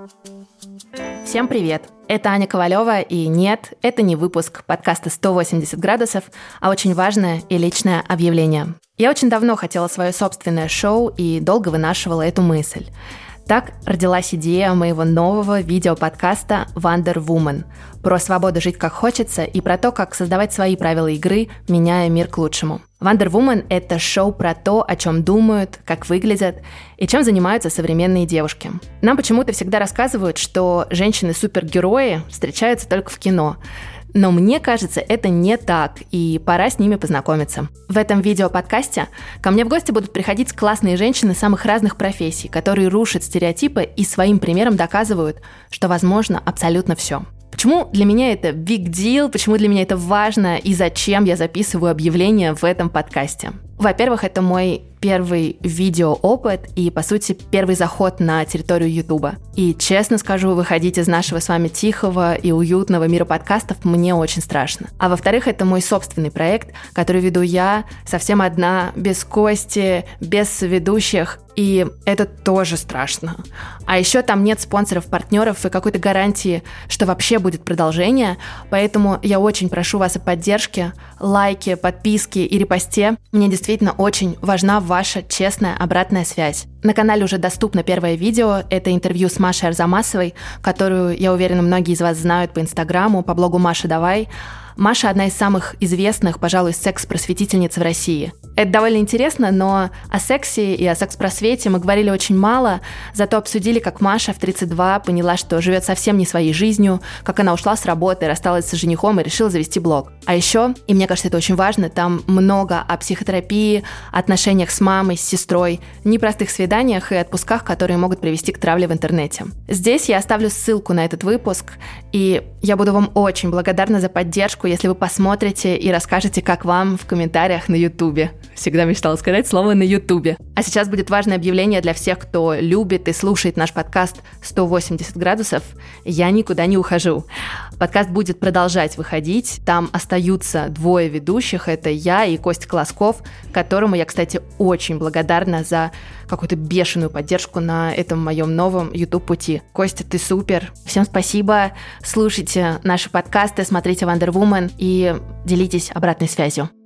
Всем привет! Это Аня Ковалева, и нет, это не выпуск подкаста «180 градусов», а очень важное и личное объявление. Я очень давно хотела свое собственное шоу и долго вынашивала эту мысль. Так родилась идея моего нового видеоподкаста «Wonder Woman» про свободу жить как хочется и про то, как создавать свои правила игры, меняя мир к лучшему. Wonder Woman — это шоу про то, о чем думают, как выглядят и чем занимаются современные девушки. Нам почему-то всегда рассказывают, что женщины-супергерои встречаются только в кино. Но мне кажется, это не так, и пора с ними познакомиться. В этом видеоподкасте ко мне в гости будут приходить классные женщины самых разных профессий, которые рушат стереотипы и своим примером доказывают, что возможно абсолютно все. Почему для меня это big deal, почему для меня это важно и зачем я записываю объявление в этом подкасте? Во-первых, это мой первый видеоопыт и, по сути, первый заход на территорию Ютуба. И, честно скажу, выходить из нашего с вами тихого и уютного мира подкастов мне очень страшно. А во-вторых, это мой собственный проект, который веду я совсем одна, без Кости, без ведущих. И это тоже страшно. А еще там нет спонсоров, партнеров и какой-то гарантии, что вообще будет продолжение. Поэтому я очень прошу вас о поддержке, лайке, подписке и репосте. Мне действительно очень важна ваша честная обратная связь. На канале уже доступно первое видео. Это интервью с Машей Арзамасовой, которую, я уверена, многие из вас знают по Инстаграму, по блогу «Маша, давай». Маша – одна из самых известных, пожалуй, секс-просветительниц в России. Это довольно интересно, но о сексе и о секс-просвете мы говорили очень мало, зато обсудили, как Маша в 32 поняла, что живет совсем не своей жизнью, как она ушла с работы, рассталась с женихом и решила завести блог. А еще, и мне кажется, это очень важно, там много о психотерапии, отношениях с мамой, с сестрой, непростых свиданиях и отпусках, которые могут привести к травле в интернете. Здесь я оставлю ссылку на этот выпуск, и я буду вам очень благодарна за поддержку, если вы посмотрите и расскажете, как вам в комментариях на Ютубе. Всегда мечтала сказать слово «на Ютубе». А сейчас будет важное объявление для всех, кто любит и слушает наш подкаст «180 градусов». Я никуда не ухожу. Подкаст будет продолжать выходить. Там остаются двое ведущих. Это я и Костя Колосков, которому я, кстати, очень благодарна за какую-то бешеную поддержку на этом моем новом YouTube-пути. Костя, ты супер. Всем спасибо. Слушайте наши подкасты, смотрите Wonder Woman и делитесь обратной связью.